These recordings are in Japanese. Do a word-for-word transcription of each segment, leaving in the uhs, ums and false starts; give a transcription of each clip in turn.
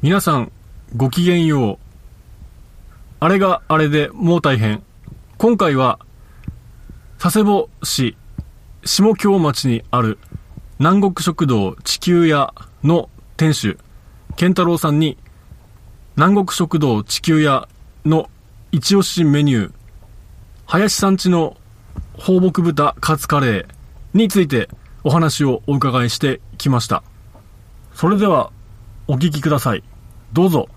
皆さんごきげんよう。あれがあれでもう大変。今回は佐世保市下京町にある南国食堂地球屋の店主健太郎さんに、南国食堂地球屋の一押しメニュー林さんちの放牧豚カツカレーについてお話をお伺いしてきました。それではお聞きください。どうぞ。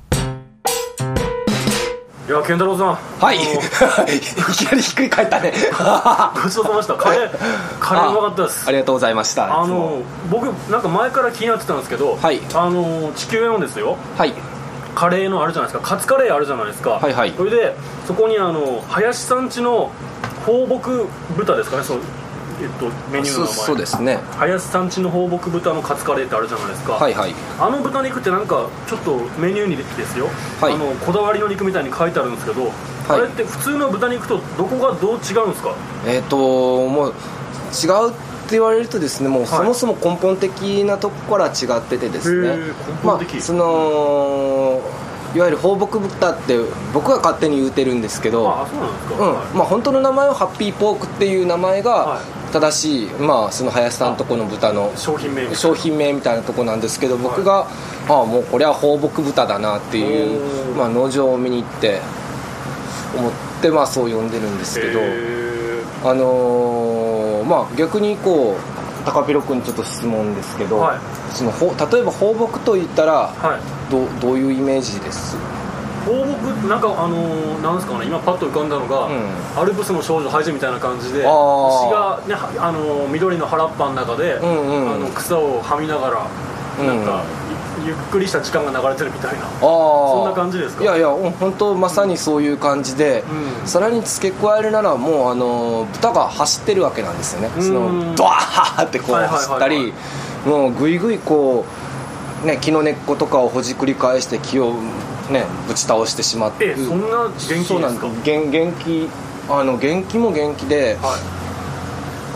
いや、健太郎さん、 はいいきなりひっくり返ったねごちそうさまでした。カレーカレーうまかったです。 あ, ありがとうございました。 あの僕なんか前から気になってたんですけど、 はい、 あの地球屋のですよ、はい、カレーのあるじゃないですか、カツカレーあるじゃないですか、はいはい、それでそこにあの林さんちの放牧豚ですかね、そう、えっと、メニューの名前そ, そうですね、 林さんちの放牧豚のカツカレーってあるじゃないですか、はいはい、あの豚肉ってなんかちょっとメニューにですよ、はい、あのこだわりの肉みたいに書いてあるんですけど、はい、あれって普通の豚肉とどこがどう違うんですか？ えっともう違うって言われるとですね、もうそもそも根本的なとこから違っててですね、はい、根本的、まあ、そのいわゆる放牧豚って僕が勝手に言うてるんですけど、 ああ、そうなんですか、 うん、 はい、 まあ、本当の名前はハッピーポークっていう名前が正しい、まあ、その林さんとこの豚の商品名商品名みたいなとこなんですけど、僕が、はい、ああもうこれは放牧豚だなっていう、まあ、農場を見に行って思って、まあ、そう呼んでるんですけど、あのー、まあ逆にこう高ピロ君にちょっと質問ですけど、はい、その例えば放牧といったら、はい、ど, どういうイメージです？ 放牧なんかあのー、なんですかね、今パッと浮かんだのが、うん、アルプスの少女ハイジみたいな感じで、牛が、ね、あのー、緑の原っぱの中で、うんうん、あの草をはみながらなんか、うん、ゆっくりした時間が流れてるみたいな、あそんな感じですか？ いやいや本当まさにそういう感じで、うん、さらに付け加えるならもうあの豚が走ってるわけなんですよね、うん、そのドワーってこう走ったり、はいはいはいはい、もうぐいぐいこう、ね、木の根っことかをほじくり返して木をね、ぶち倒してしまって、 えそんな元気ですか？そうなんです。 元元気あの元気も元気で、はい、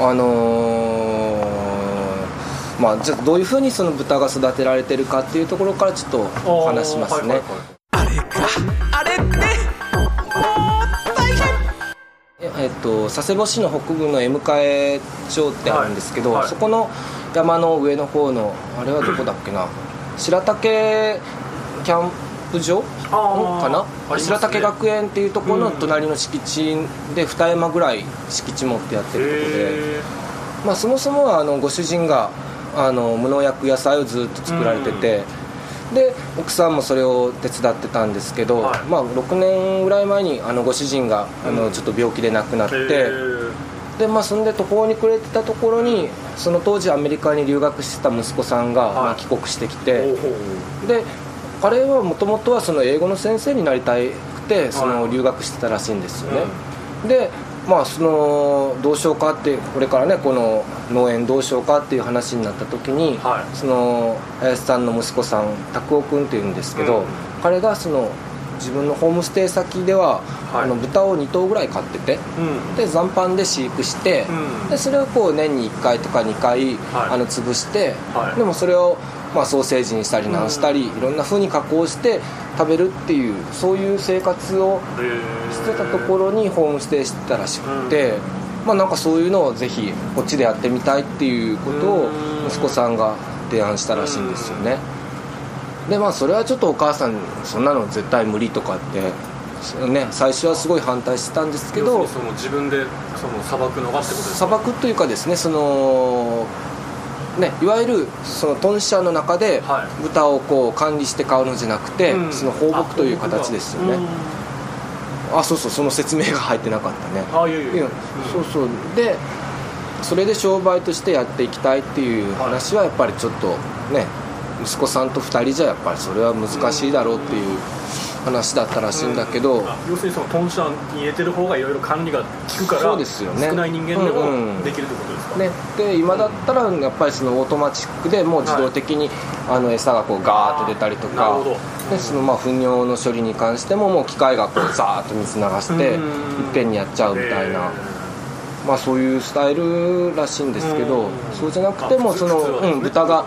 あのー、まあじゃあどういうふうにその豚が育てられてるかっていうところからちょっと話しますね。あれかあれってもう大変。えっと佐世保市の北部の江迎町ってあるんですけど、はいはい、そこの山の上の方のあれはどこだっけな、白竹キャン場かな、ね、白竹学園っていうところの隣の敷地でに山ぐらい敷地持ってやってるところで、まあ、そもそもはあのご主人があの無農薬野菜をずっと作られてて、で奥さんもそれを手伝ってたんですけど、はい、まあ、ろくねんぐらい前にあのご主人があのちょっと病気で亡くなって、で、まあ、そんで途方に暮れてたところにその当時アメリカに留学してた息子さんが、まあ、帰国してきて、で彼はもともとはその英語の先生になりたくてその留学してたらしいんですよね、うん、で、まあ、そのどうしようかってこれからねこの農園どうしようかっていう話になった時に、はい、その林さんの息子さん拓夫君っていうんですけど、うん、彼がその自分のホームステイ先では、はい、あの豚をに頭ぐらい飼ってて、うん、で残飯で飼育して、うん、でそれをこう年にいっかいとかにかい、はい、あの潰して、はい、でもそれをまあ、ソーセージにしたりなんしたり、うん、いろんな風に加工して食べるっていうそういう生活をしてたところにホームステイしてたらしくて、うん、まあ、なんかそういうのをぜひこっちでやってみたいっていうことを息子さんが提案したらしいんですよね。で、まあ、それはちょっとお母さんそんなの絶対無理とかってね、最初はすごい反対してたんですけど、 その自分でそのさばくのがってことですか？ さばくというかですね、そのね、いわゆるその豚舎の中で豚をこう管理して買うのじゃなくて、はい、その放牧という形ですよね。あ、あ、そうそう、その説明が入ってなかったね。 あ、いやいやいや、うん、 そうそう。でそれで商売としてやっていきたいっていう話はやっぱりちょっとね、息子さんとふたりじゃやっぱりそれは難しいだろうっていう話だったらしいんだけど、うん、 要するにその豚舎に入れてる方がいろいろ管理が効くから、 そうですよね、 少ない人間でもできるってことですか、 うんうん、ね、で今だったらやっぱりそのオートマチックでもう自動的に、はい、あの餌がこうガーッと出たりとか、でそのまあ糞尿の処理に関してももう機械がこうザーッと水流していっぺんにやっちゃうみたいな、まあ、そういうスタイルらしいんですけど、そうじゃなくてもその、うん、豚が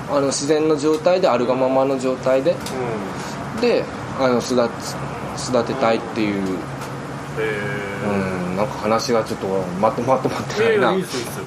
あの自然の状態であるがままの状態で、うん、であの 育, 育てたいっていう、うんうん、なんか話がちょっとまとまってないな。 いいですいいです。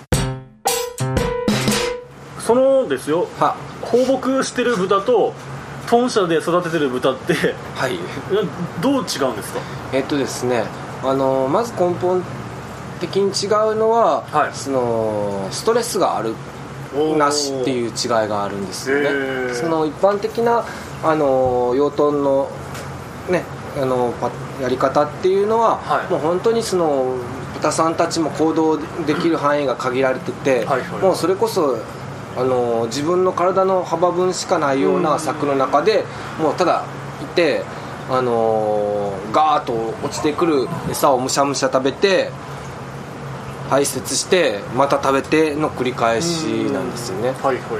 そのですよ、は放牧してる豚と豚舎で育ててる豚って、はい、どう違うんですか？ えっとですね、あのまず根本的に違うのは、はい、そのストレスがあるなしっていう違いがあるんですよね。その一般的なあの養豚のねあのやり方っていうのは、はい、もう本当にその豚さんたちも行動できる範囲が限られてて、はいはい、もうそれこそあの自分の体の幅分しかないような柵の中でもうただいて、あのガーッと落ちてくる餌をむしゃむしゃ食べて排泄してまた食べての繰り返しなんですよね。はいはいはいはい、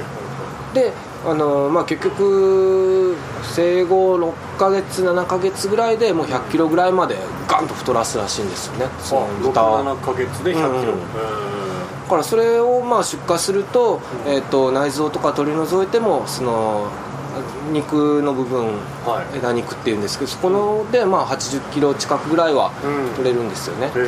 で、あのまあ、結局生後ろっかげつななかげつぐらいでもうひゃっキロぐらいまでガンと太らすらしいんですよね。その豚をろく、ななかげつでひゃっキロ、うん、 だからそれをまあ出荷すると、うん、えー、と内臓とか取り除いてもその肉の部分、はい、枝肉っていうんですけど、そこのでまあはちじゅっキロ近くぐらいは取れるんですよね。うん、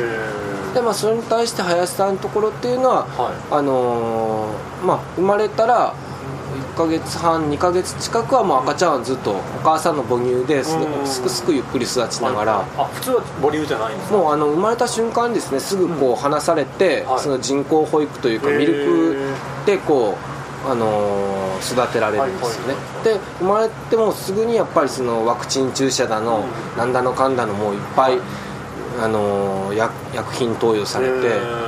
でまあ、それに対して林さんのところっていうのは、はい、あのーまあ、生まれたらいっかげつはんにかげつ近くはもう赤ちゃんはずっとお母さんの母乳ですくすくゆっくり育ちながら、はい、 あ普通は母乳じゃないんですか？ もうあの生まれた瞬間にですねすぐこう離されて、うん、その人工保育というかミルクでこう、あのー、育てられるんですよね。はいはいはい、で生まれてもすぐにやっぱりそのワクチン注射だの、うん、なんだのかんだのもういっぱい、あのー、薬, 薬品投与されて、うん、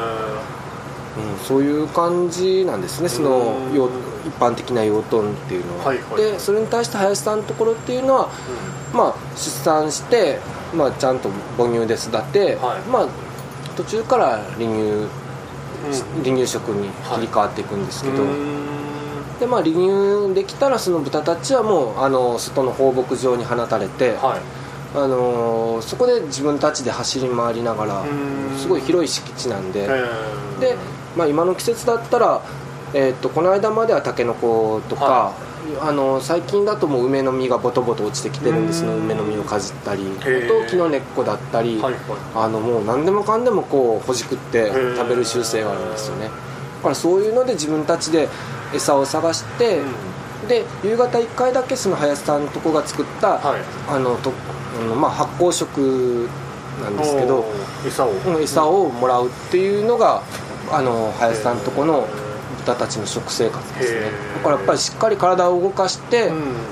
そういう感じなんですね。その一般的な養豚っていうのは、はいはい、でそれに対して林さんのところっていうのは、うん、まあ、出産して、まあ、ちゃんと母乳で育て、はい、まあ、途中から離乳、うん、離乳食に切り替わっていくんですけど、はい、でまあ、離乳できたらその豚たちはもうあの外の放牧場に放たれて、はい、あのー、そこで自分たちで走り回りながらすごい広い敷地なんで、で、まあ、今の季節だったら、えー、とこの間まではタケノコとか、はい、あの最近だともう梅の実がボトボト落ちてきてるんで、その梅の実をかじったり、あと木の根っこだったり、はいはい、あのもう何でもかんでもこうほじくって食べる習性があるんですよね。だからそういうので自分たちで餌を探して、うん、で夕方いっかいだけその林さんのとこが作った、はい、あのとあのまあ、発酵食なんですけど餌を、 うん、餌をもらうっていうのがあの林さんのとこの豚たちの食生活ですね。だからやっぱりしっかり体を動かして、うん、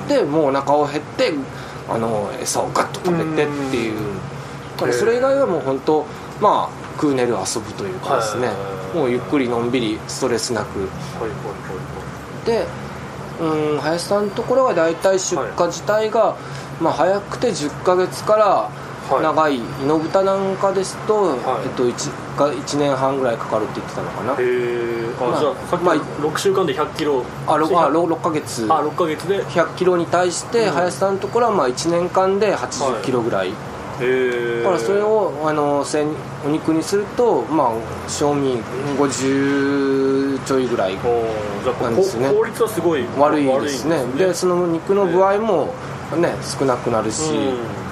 でもうお腹を減ってあの餌をガッと食べてっていう、だからそれ以外はもう本当まあ食う寝る遊ぶというかですね、もうゆっくりのんびりストレスなく、で、うん、林さんのところはだいたい出荷自体が、はい、まあ、早くてじゅっかげつから長い猪豚なんかですと、はい、えっと、1, いちねんはんぐらいかかるって言ってたのかな。へえ、まあ、じゃあさっき、まあ、ろくしゅうかんでひゃっキロ、 あ 6, あ 6, 6ヶ月あろっかげつでひゃっキロに対して、うん、林さんのところはまあいちねんかんではちじゅっキロぐらい、はい、へだからそれをあのお肉にすると、まあ、賞味ごじゅうちょいぐらいなんですね。 効率はすごい悪いですね。でその肉の具合も、ね、少なくなるし、うん、へ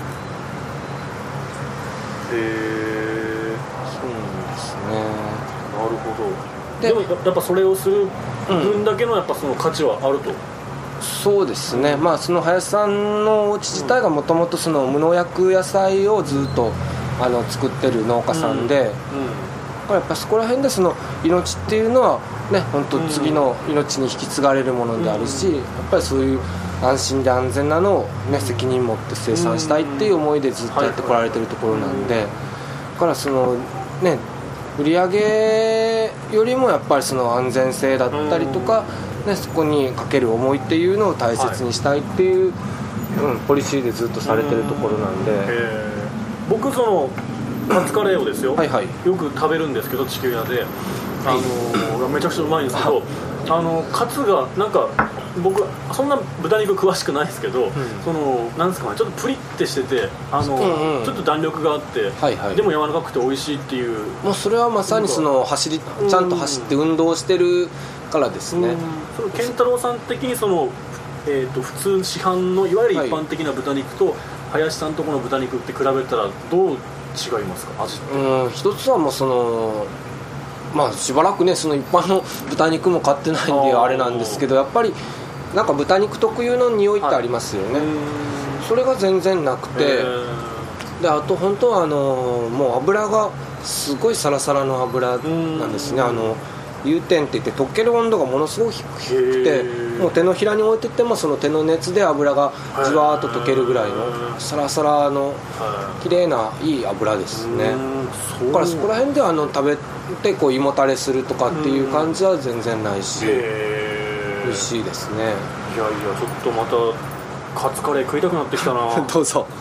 え、 そうなんですね。 なるほど。でもやっぱそれをする分だけのやっぱその価値はあると、うん、 そうですね、まあ、その林さんのお家自体がもともと無農薬野菜をずっとあの作ってる農家さんで、うんうん、やっぱそこら辺でその命っていうのは、ね、本当次の命に引き継がれるものであるし、やっぱりそういう安心で安全なのを、ね、責任持って生産したいっていう思いでずっとやってこられてるところなんで、だからそのね売り上げよりもやっぱりその安全性だったりとか、ね、そこにかける思いっていうのを大切にしたいっていう、はい、うん、ポリシーでずっとされてるところなんで、 僕そのカツカレーをですよ、 はいはい、 よく食べるんですけど地球屋で、あのめちゃくちゃうまいんですけど、あのカツがなんか僕そんな豚肉詳しくないですけど、うん、そのなんですかね、ちょっとプリッてしてて、あの、うんうん、ちょっと弾力があって、はいはい、でも柔らかくて美味しいっていう。 もうそれはまさにその走りちゃんと走って運動してるからですね。 その健太郎さん的にその、えー、と普通市販のいわゆる一般的な豚肉と、はい、林さんとこの豚肉って比べたらどう違いますか、味って。 うん、一つはもうそのまあしばらくねその一般の豚肉も買ってないんであれなんですけど、やっぱりなんか豚肉特有の匂いってありますよね、はい、それが全然なくて、であと本当はあのもう油がすごいサラサラの油なんですね。あの融点って言って溶ける温度がものすごく低くて、もう手のひらに置いててもその手の熱で油がじわーっと溶けるぐらいのサラサラの綺麗ないい油ですね。だからそこら辺であの食べてこう胃もたれするとかっていう感じは全然ないし、美味しいですね。いやいや、 ちょっとまたカツカレー食いたくなってきたなどうぞ。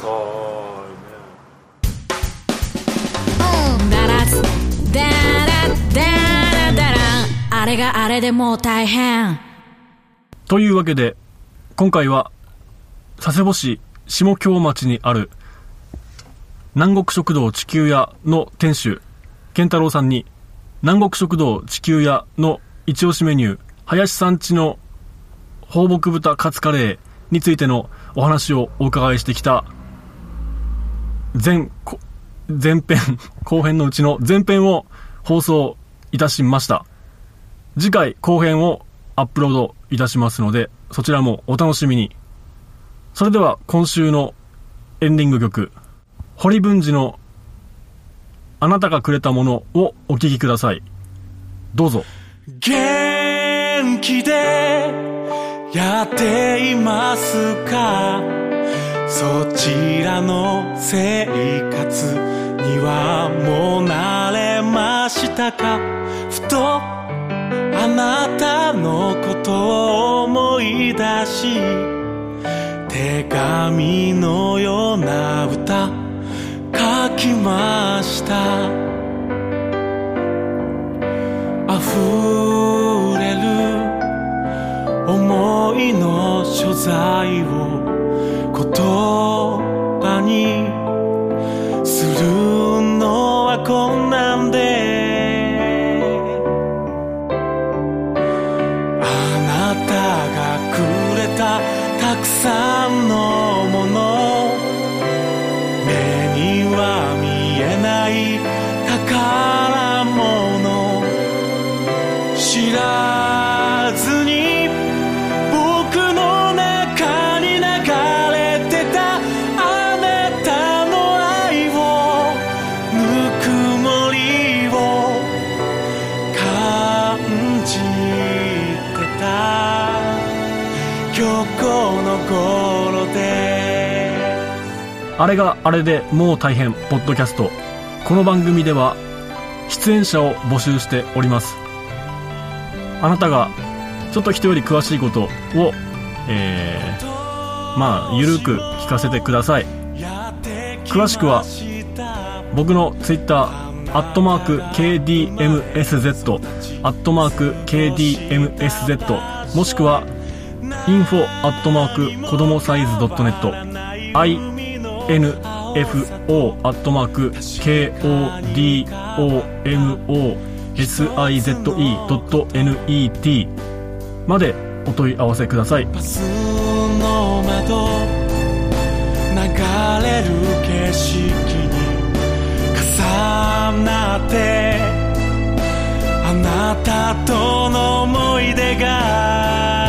あれがあれでもう大変というわけで、今回は佐世保市下京町にある南国食堂地球屋の店主健太郎さんに、南国食堂地球屋の一押しメニュー林さんちの放牧豚カツカレーについてのお話をお伺いしてきた前前編後編のうちの前編を放送いたしました。次回後編をアップロードいたしますので、そちらもお楽しみに。それでは今週のエンディング曲、堀文治のあなたがくれたものをお聴きください。どうぞ。 元気でやっていますか？そちらの生活にはもう慣れましたか？ふとあなたのことを思い出し、手紙のような歌書きました。溢れる思いの所在を言葉にするのは困難で、たくさんのもの、目には見えない宝物、知らずに僕の中に流れてたあなたの愛を、ぬくもりを感じてた今日この頃で。 あれがあれでもう大変ポッドキャスト。この番組では出演者を募集しております。あなたがちょっと人より詳しいことを、えー、まあゆるく聞かせてください。詳しくは僕のツイッターアットマーク ケーディーエムエスゼット アットマーク ケーディーエムエスゼット もしくはインフォアットマーク子供サイズドットネット アイエヌエフオーアットマーク ケーオーディーオーエムオーエスアイゼットイードットネット までお問い合わせください。 バスの窓流れる景色に重なってあなたとの思い出が